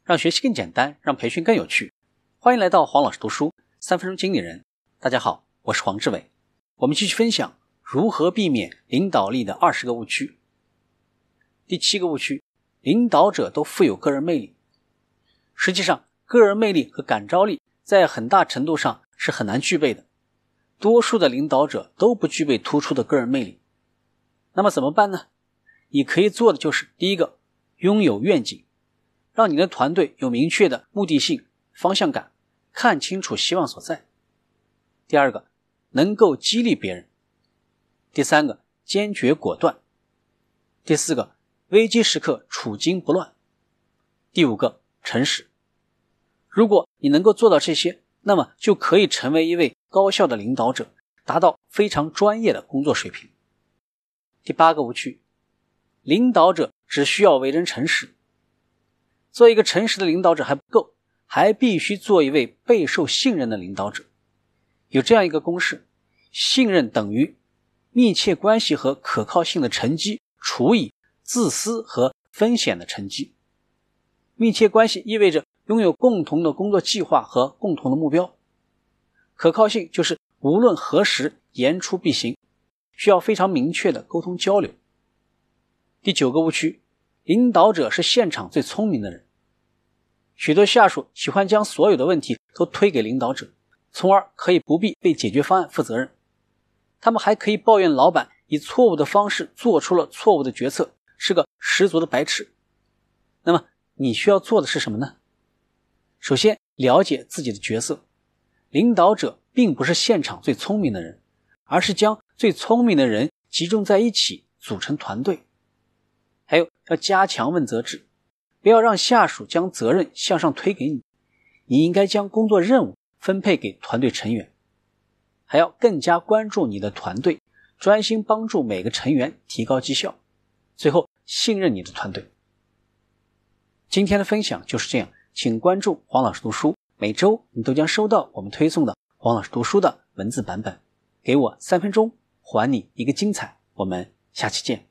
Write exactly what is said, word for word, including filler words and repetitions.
让学习更简单，让培训更有趣。欢迎来到黄老师读书三分钟经理人。大家好，我是黄志伟。我们继续分享如何避免领导力的二十个误区。第七个误区，领导者都富有个人魅力。实际上，个人魅力和感召力在很大程度上是很难具备的。多数的领导者都不具备突出的个人魅力。那么怎么办呢？你可以做的就是第一个，拥有愿景，让你的团队有明确的目的性、方向感，看清楚希望所在。第二个，能够激励别人。第三个，坚决果断。第四个，危机时刻处惊不乱。第五个，诚实。如果你能够做到这些，那么就可以成为一位高效的领导者，达到非常专业的工作水平。第八个误区，领导者只需要为人诚实。做一个诚实的领导者还不够，还必须做一位备受信任的领导者。有这样一个公式，信任等于密切关系和可靠性的乘积除以自私和风险的乘积。密切关系意味着拥有共同的工作计划和共同的目标。可靠性就是无论何时言出必行，需要非常明确的沟通交流。第九个误区，领导者是现场最聪明的人。许多下属喜欢将所有的问题都推给领导者，从而可以不必为解决方案负责任。他们还可以抱怨老板以错误的方式做出了错误的决策，是个十足的白痴。那么你需要做的是什么呢？首先，了解自己的角色。领导者并不是现场最聪明的人，而是将最聪明的人集中在一起组成团队。还有，要加强问责制，不要让下属将责任向上推给你，你应该将工作任务分配给团队成员。还要更加关注你的团队，专心帮助每个成员提高绩效。最后，信任你的团队。今天的分享就是这样，请关注黄老师读书，每周你都将收到我们推送的黄老师读书的文字版本。给我三分钟，还你一个精彩，我们下期见。